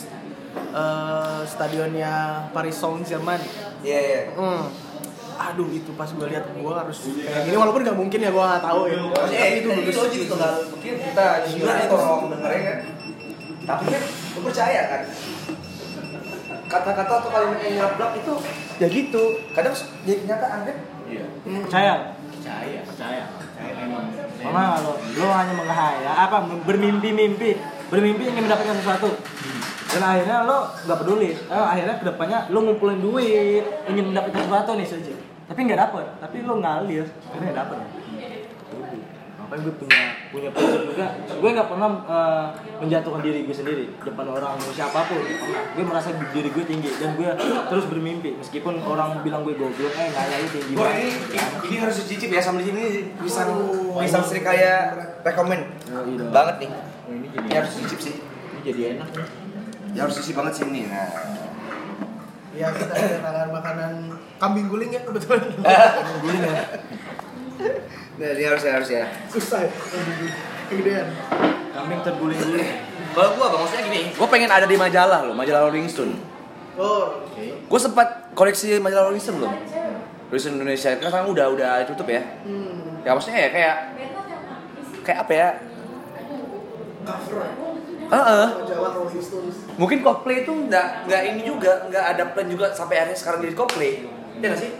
Speaker 4: stadionnya Paris Saint-Germain.
Speaker 2: Iya.
Speaker 4: Aduh itu pas gue lihat gue harus kayak gini walaupun nggak mungkin ya gue nggak tahu ya. Tapi itu bagus.
Speaker 2: Itu logik itu nggak mungkin kita gila itu orang dengernya kan. Tapi kan lu percaya kan? Kata-kata atau kalimat yang nyerablak itu ya gitu. Kadang jadi kenyataan kan?
Speaker 3: Iya.
Speaker 1: Percaya?
Speaker 3: Percaya memang.
Speaker 1: Mama lo hanya menghayal apa bermimpi ingin mendapatkan sesuatu. Dan akhirnya lo nggak peduli. Akhirnya kedepannya lo ngumpulin duit, ingin mendapatkan sesuatu nih saja. Tapi nggak dapet. Tapi lo ngalir, akhirnya nggak dapet. Makanya gue punya prinsip juga. Gue nggak pernah menjatuhkan diri gue sendiri depan orang siapapun. Gue merasa diri gue tinggi dan gue terus bermimpi meskipun orang bilang gue goblok, nggak lu tinggi
Speaker 2: Wah,
Speaker 1: banget.
Speaker 2: ini harus dicicip ya sama di sini pisang Srikaya rekomen banget nih. Ini harus dicicip sih.
Speaker 3: Ini jadi enak.
Speaker 2: Ya harus dicicip banget sih ini. Nah.
Speaker 4: Ya kita ada makanan kambing guling ya kebetulan.
Speaker 1: Guling ya.
Speaker 2: Nah, ini harus ya.
Speaker 4: Susah ya, kegedean.
Speaker 1: Kambing terguling-guling.
Speaker 2: Kalau gua bang, maksudnya gini, gua pengen ada di majalah Rolling Stone.
Speaker 4: Oh, oke.
Speaker 2: Gua sempat koleksi majalah Rolling Stone belum? Rolling Stone Indonesia kan sekarang udah tutup ya. Ya maksudnya ya kayak apa ya?
Speaker 4: Cover.
Speaker 2: Majalah Rolling Stone. Mungkin Coldplay itu nggak ini juga, nggak ada plan juga sampai akhirnya sekarang jadi Coldplay. Ya nggak sih?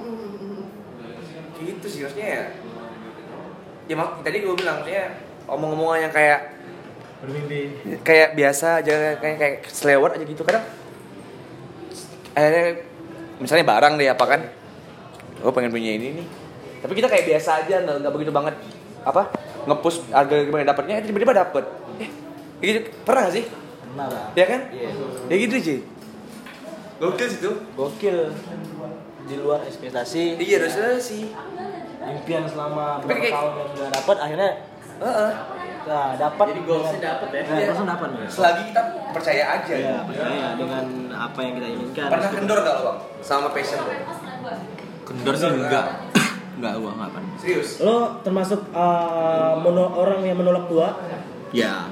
Speaker 2: Gitu sih maksudnya ya. Ya tadi gue bilang maksudnya omong-omongan yang kayak
Speaker 1: Bermimpi.
Speaker 2: kayak biasa aja kayak selewat aja gitu kadang akhirnya misalnya barang deh apa kan gue pengen punya ini nih tapi kita kayak biasa aja nggak begitu banget apa nge-push harga gimana dapatnya tiba-tiba dapet gitu pernah nggak sih
Speaker 1: Pernah lah.
Speaker 2: ya kan
Speaker 1: Iya.
Speaker 2: ya gitu sih gokil sih tuh
Speaker 1: Gokil. Di luar ekspektasi.
Speaker 2: iya udah sih
Speaker 1: Impian selama
Speaker 2: Tapi
Speaker 1: berapa
Speaker 2: kayak-
Speaker 1: tahun yang udah dapat akhirnya dapat.
Speaker 3: Jadi goalsnya dapet ya.
Speaker 1: Langsung dapat nih.
Speaker 2: selagi kita percaya aja
Speaker 1: Iya, percaya dengan apa yang kita inginkan.
Speaker 2: pernah kendor gak lo bang sama passion lo
Speaker 3: Kendor sih enggak. Enggak gua enggak pernah.
Speaker 2: serius
Speaker 1: Lo termasuk orang yang menolak tua?
Speaker 3: Ya.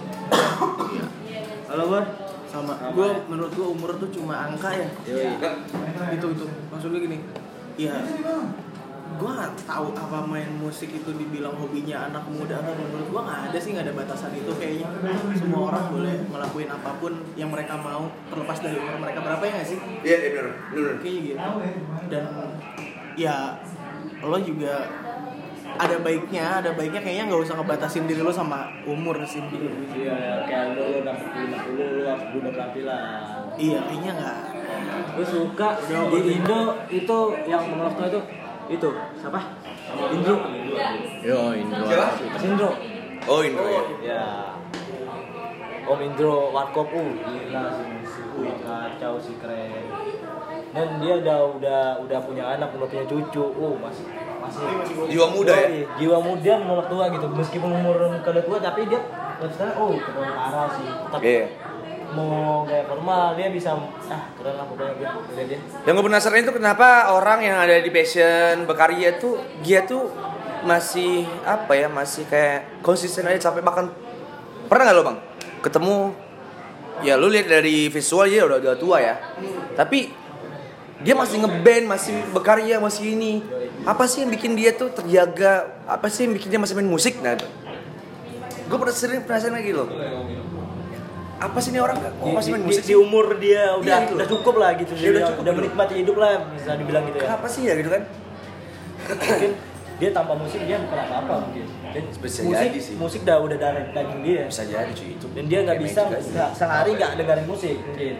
Speaker 1: Halo, Bor.
Speaker 4: Sama. Gue menurut gue umur tuh cuma angka ya.
Speaker 1: Yoi.
Speaker 4: Itu maksudnya gini. Ya gue nggak tahu apa main musik itu dibilang hobinya anak muda kan menurut gue nggak ada sih, nggak ada batasan itu kayaknya. Semua orang boleh ngelakuin apapun yang mereka mau terlepas dari umur mereka berapa ya nggak sih?
Speaker 2: iya benar
Speaker 4: Kayaknya gitu. Dan ya lo juga ada baiknya kayaknya nggak usah ngebatasin diri lo sama umur sih.
Speaker 1: Iya, kayak lo dapet 50, lo harus guna penampilan.
Speaker 4: Iya kayaknya nggak.
Speaker 1: Gue suka di Indo itu yang menolak tua itu siapa? Indro.
Speaker 3: Yo, Indro.
Speaker 2: Siapa?
Speaker 1: Mas Indro.
Speaker 2: oh Indro ya
Speaker 1: Ya. Om Indro Warkop gila sih. Kacau sih, keren. Dan dia udah punya anak, udah punya cucu. Masih
Speaker 2: jiwa muda ya
Speaker 1: jiwa muda menolak tua gitu. Meskipun umur udah tua tapi dia sekarang keren parah sih. Tapi
Speaker 2: iya
Speaker 1: mau gaya formal dia bisa keren lah pokoknya dia.
Speaker 2: Yang gue penasaran itu kenapa orang yang ada di passion berkarya tuh dia tuh masih apa ya masih kayak konsisten aja sampai bahkan pernah nggak lo bang ketemu ya lu lihat dari visual dia udah tua ya tapi dia masih ngeband masih berkarya masih ini apa sih yang bikin dia tuh terjaga apa sih yang bikin dia masih main musik nah gue penasaran lagi loh apa sih ini orang kok masih main musik
Speaker 1: di umur dia
Speaker 2: Iya, gitu.
Speaker 1: udah cukup lah gitu.
Speaker 2: Dia udah cukup
Speaker 1: udah
Speaker 2: gitu.
Speaker 1: menikmati hidup lah bisa dibilang gitu ya.
Speaker 2: kenapa sih ya gitu kan
Speaker 1: Mungkin dia tanpa musik dia bukan apa-apa mungkin. Dan
Speaker 2: Bisa
Speaker 1: musik
Speaker 2: jadi sih.
Speaker 1: musik udah darah daging dia.
Speaker 2: bisa jadi cuy itu
Speaker 1: Dan dia nggak
Speaker 2: Kayak
Speaker 1: bisa
Speaker 2: magic aja.
Speaker 1: sehari nggak dengerin musik mungkin.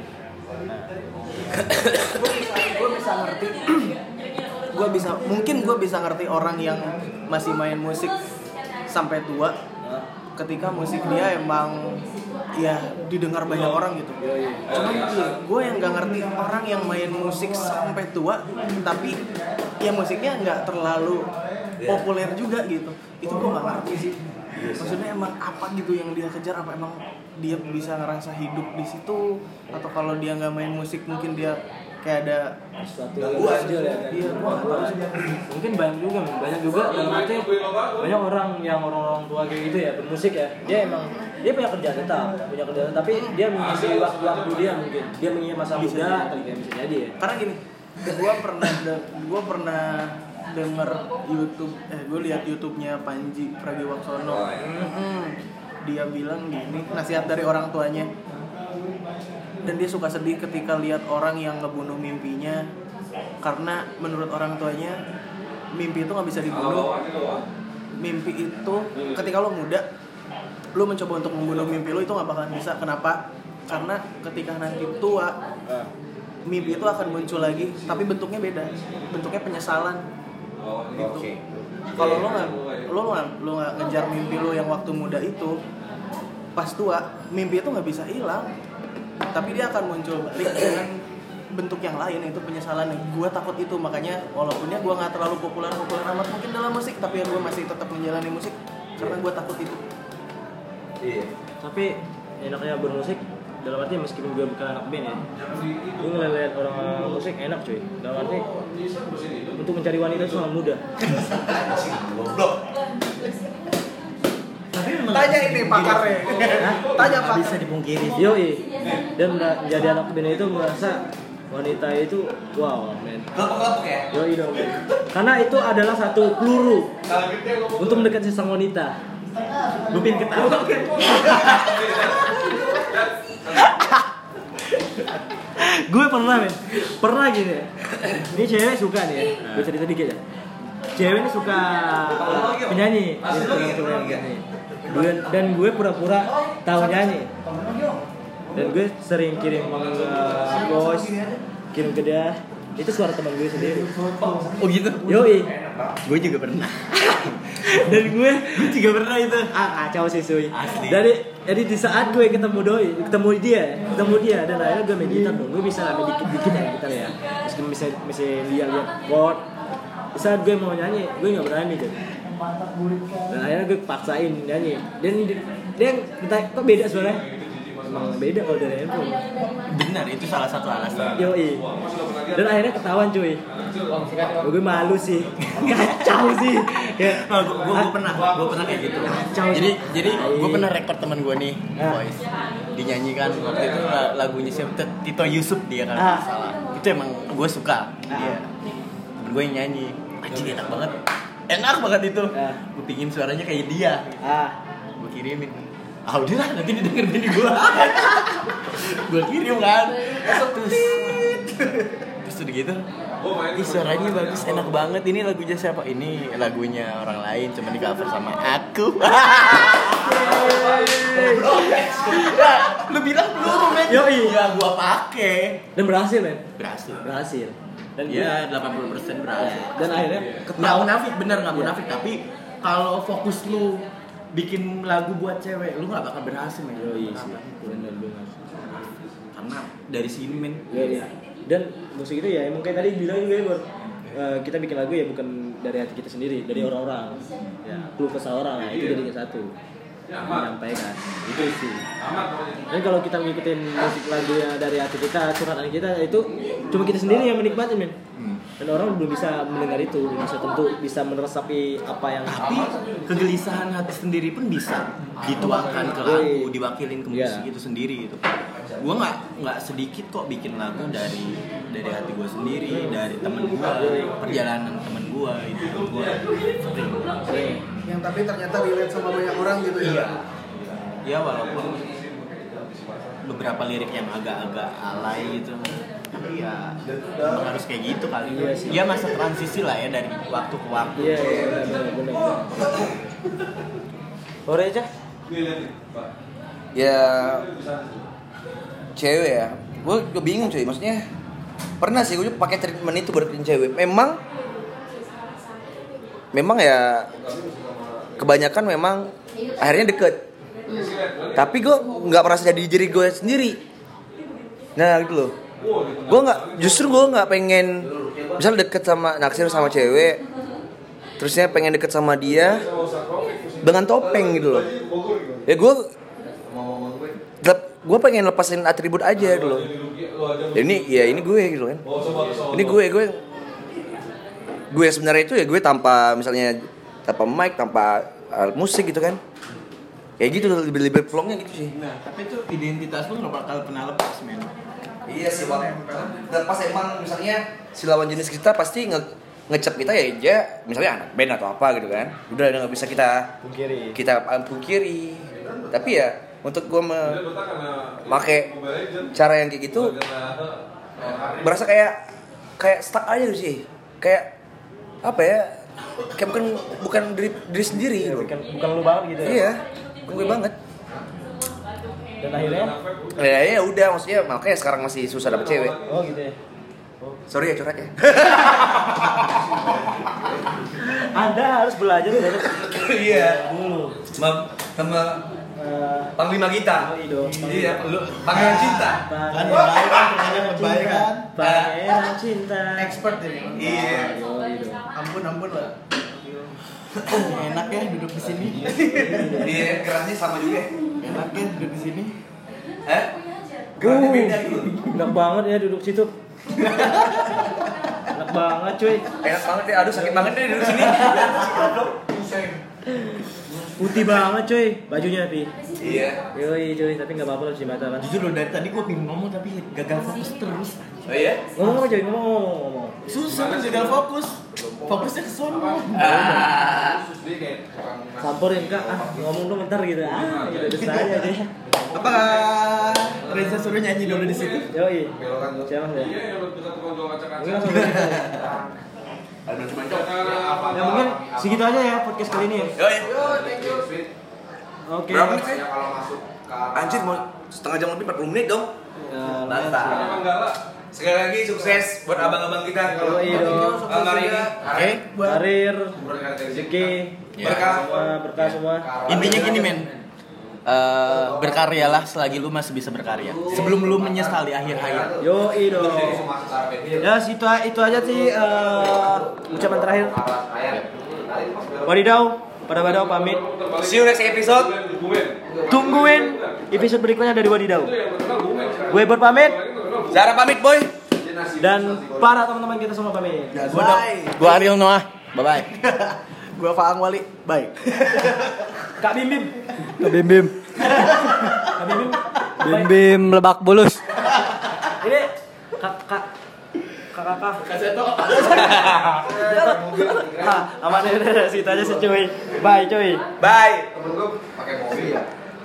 Speaker 4: Gue bisa ngerti. Gue bisa ngerti orang yang masih main musik sampai tua ketika musik dia emang ya didengar banyak orang gitu. Cuman gue yang nggak ngerti orang yang main musik sampai tua tapi ya musiknya nggak terlalu populer juga gitu. Itu gue nggak ngerti sih. Maksudnya emang apa gitu yang dia kejar, apa emang dia bisa ngerasa hidup di situ, atau kalau dia nggak main musik mungkin dia kayak ada
Speaker 1: Suatu
Speaker 4: gangguan.
Speaker 1: aja ya.
Speaker 4: Iya, gua nggak tahu sih.
Speaker 1: Mungkin banyak juga dalam arti banyak orang tua kayak gitu ya bermusik ya. Dia punya kerjaan tetap, tapi dia mengisi waktu dia mungkin. Dia mengisi masa muda atau kayak bisa jadi ya.
Speaker 4: Karena gini, gue pernah denger YouTube, gue lihat YouTube-nya Panji Pragiwaksono. Dia bilang gini, nasihat dari orang tuanya. Dan dia suka sedih ketika lihat orang yang ngebunuh mimpinya, karena menurut orang tuanya mimpi itu nggak bisa dibunuh. Mimpi itu ketika lo muda, lo mencoba untuk membunuh mimpi lo itu nggak bakalan bisa. Kenapa? karena ketika nanti tua mimpi itu akan muncul lagi tapi bentuknya beda, bentuknya penyesalan gitu. Kalau lo nggak ngejar mimpi lo yang waktu muda itu, pas tua mimpi itu nggak bisa hilang tapi dia akan muncul balik dengan bentuk yang lain, itu penyesalan. Gue takut itu, makanya walaupunnya gue nggak terlalu populer amat mungkin dalam musik, tapi ya gue masih tetap menjalani musik karena gue takut itu.
Speaker 1: Iya. Tapi enaknya bermusik dalam arti meskipun gue bukan anak band ya, gue ngeliat orang musik enak cuy. Dalam arti untuk mencari wanita itu sangat mudah.
Speaker 3: Tapi memang
Speaker 4: Tanya ini pakarnya. Tanya
Speaker 3: nggak
Speaker 4: pak.
Speaker 3: bisa dipungkiri.
Speaker 1: Yoi. Dan menjadi anak band itu merasa wanita itu wow men.
Speaker 2: Kelompok ya.
Speaker 1: Yoi dong. Karena itu adalah satu peluru untuk mendekati sang wanita.
Speaker 3: Lupin ketawa.
Speaker 1: Gue pernah gini ya. Ini cewek suka nih ya. Gue cerita dikit ya. Cewek ini suka penyanyi, dan gue pura-pura tahu nyanyi. Dan gue sering kirim voice, kirim ke dia. Itu suara teman gue sendiri.
Speaker 3: Oh gitu.
Speaker 1: Yoi.
Speaker 3: Gue juga pernah.
Speaker 1: Dan gue
Speaker 3: juga pernah itu.
Speaker 1: kacau sih suy.
Speaker 3: Asli.
Speaker 1: Jadi di saat gue ketemu dia dan akhirnya gue main gitar dong. Gue bisa lah main dikit ya gitar ya. Meskipun bisa lihat chord. Di saat gue mau nyanyi, gue nggak berani tuh. Dan akhirnya gue paksain nyanyi. Dan dia minta kok beda suaranya. Emang beda kalau dari handphone.
Speaker 3: Benar, itu salah satu alasan.
Speaker 1: Yoi. Dan akhirnya ketahuan cuy. Gue malu sih. Kacau sih. Ya,
Speaker 3: Gue pernah kayak gitu.
Speaker 1: kacau.
Speaker 6: Jadi gue pernah rekod teman gue nih voice, dinyanyikan waktu itu lagunya siapa? Tito Yusuf dia kalau nggak salah. Itu emang gue suka dia. Temen gue yang nyanyi, anjing enak banget itu. Gue pingin suaranya kayak dia. Gue kirimin. Udah lah, nanti didengar bini gue. Gue kirim kan. Terus udah gitu. Ih, suaranya bagus, enak banget. Ini lagunya siapa? Ini lagunya orang lain, cuma di cover sama aku. Lu bilang belum, men?
Speaker 1: Yoi.
Speaker 6: Ya gua pakai.
Speaker 1: Dan berhasil men.
Speaker 6: Berhasil.
Speaker 1: Dan
Speaker 6: Ya, 80% berhasil.
Speaker 1: Dan akhirnya
Speaker 6: Nggak munafik, bener nggak munafik. Tapi kalau fokus lu bikin lagu buat cewek, lu nggak bakal berhasil, men.
Speaker 1: Yoi sih. Benar.
Speaker 6: Karena dari sini, men.
Speaker 1: Iya. Dan musik itu ya emang kayak tadi bilang juga ya, kita bikin lagu ya bukan dari hati kita sendiri, dari orang-orang. Ya, keluh kesah orang, nah, itu jadinya satu. Menyampaikan itu sih. Dan kalau kita ngikutin musik lagu yang dari hati kita, curhatan kita, itu cuma kita sendiri yang menikmati men. Dan orang belum bisa mendengar itu, belum bisa tentu bisa meresapi apa yang.
Speaker 6: Tapi kegelisahan hati sendiri pun bisa dituangkan ke lagu, diwakilin ke musik itu sendiri gitu. Gue nggak sedikit kok bikin lagu dari hati gue sendiri, dari temen gue, perjalanan temen gue itu gue sering.
Speaker 4: Yang tapi ternyata relate sama banyak orang gitu ya.
Speaker 6: Ya walaupun beberapa lirik yang agak-agak alay gitu, tapi ya emang harus kayak gitu kali. Ya masa transisi lah ya dari waktu ke waktu.
Speaker 1: Iya, benar. Ore aja.
Speaker 2: Ya cewek ya, gue bingung cuy, maksudnya pernah sih gue pakai treatment itu buat cewek. Memang ya kebanyakan memang akhirnya deket, tapi gue nggak merasa jadi diri gue sendiri. Nah gitu loh, gue nggak pengen misal deket sama naksir sama cewek, terusnya pengen deket sama dia dengan topeng gitu loh. Ya gue pengen lepasin atribut aja dulu. Ini gue gitu kan. Ini gue sebenarnya itu ya gue tanpa misalnya tanpa mic, tanpa alat musik gitu kan. Kayak gitu lebih flownya gitu sih.
Speaker 6: Nah, tapi itu identitas lu nggak bakal pernah lepas, men.
Speaker 2: Iya sih bang. Dan pas emang misalnya si lawan jenis kita pasti ngecap kita ya misalnya anak band atau apa gitu kan. Udah nggak bisa kita pungkiri. Tapi ya untuk gue pakai cara yang kayak gitu berasa kayak stuck aja sih, kayak apa ya, kayak bukan diri sendiri gitu.
Speaker 1: Bukan lu banget gitu ya.
Speaker 2: Iya, gue banget.
Speaker 1: Dan akhirnya
Speaker 2: Ya udah, maksudnya makanya sekarang masih susah dapet cewek.
Speaker 1: oh gitu ya.
Speaker 2: Sorry ya curhat ya.
Speaker 1: Anda harus belajar dari
Speaker 2: Iya.
Speaker 1: dulu.
Speaker 2: Sama Panglima kita.
Speaker 1: Oh, dong.
Speaker 2: Iya, lu Pangeran Cinta.
Speaker 3: Kan yang baik kan kerjanya ngebaik kan.
Speaker 1: Pangeran cinta.
Speaker 4: Expert ini.
Speaker 2: Iya.
Speaker 4: Ampun lah.
Speaker 3: Enak ya duduk di sini.
Speaker 2: Iya, kerasnya sama juga.
Speaker 3: Enak ya duduk di sini.
Speaker 2: Hah? Kerasnya beda gitu.
Speaker 1: Enak banget ya duduk situ. Enak banget cuy.
Speaker 2: Enak banget ya, aduh sakit banget deh duduk sini.
Speaker 1: Putih banget cuy bajunya Pi.
Speaker 2: Iya.
Speaker 1: Yoi cuy, tapi nggak apa-apa loh di mata kan.
Speaker 3: Jujur loh dari tadi gue pengen ngomong tapi gagal fokus terus.
Speaker 2: Oh iya?
Speaker 1: Ngomong apa cuy? Ngomong.
Speaker 3: Susah kan gagal fokus. Fokusnya ke sono.
Speaker 1: Samperin Kak, ngomong dong bentar gitu. Gitu terus aja deh.
Speaker 3: Apakah Reza suruh nyanyi dulu di situ?
Speaker 1: Yoi. Siapa ya? Mungkin langsung dari kita. Ya mungkin segitu aja ya podcast kali ini ya.
Speaker 2: Yoi.
Speaker 1: Oke.
Speaker 2: Berapa sih? Anjir mau setengah jam lebih 40 menit dong.
Speaker 1: Ya,
Speaker 2: Mantap. Sekali lagi sukses buat abang-abang kita.
Speaker 1: Yoi dong.
Speaker 2: Hari ini.
Speaker 3: Oke.
Speaker 1: Karir, rezeki, berkah semua.
Speaker 3: Intinya gini men. Berkaryalah selagi lu masih bisa berkarya. Sebelum lu menyesali akhir hayat.
Speaker 1: Yoi dong. Ya itu aja sih ucapan terakhir. Wadidaw, pada Wadau pamit.
Speaker 2: See you next episode.
Speaker 1: Tungguin episode berikutnya dari Wadidaw. Gue berpamit
Speaker 2: Zara pamit boy.
Speaker 1: dan para teman-teman kita semua pamit.
Speaker 3: Gua Ariel Noah. Bye bye.
Speaker 4: Gua Faang Wali. Bye.
Speaker 1: Kak Bim Bim.
Speaker 5: Bim Bim.
Speaker 1: Kak Bim Bim.
Speaker 5: Bim Bim Lebak Bulus.
Speaker 1: Ini kakak. Kaseto. Aman ya, situ aja sih cuy. Bye cuy.
Speaker 2: Bye.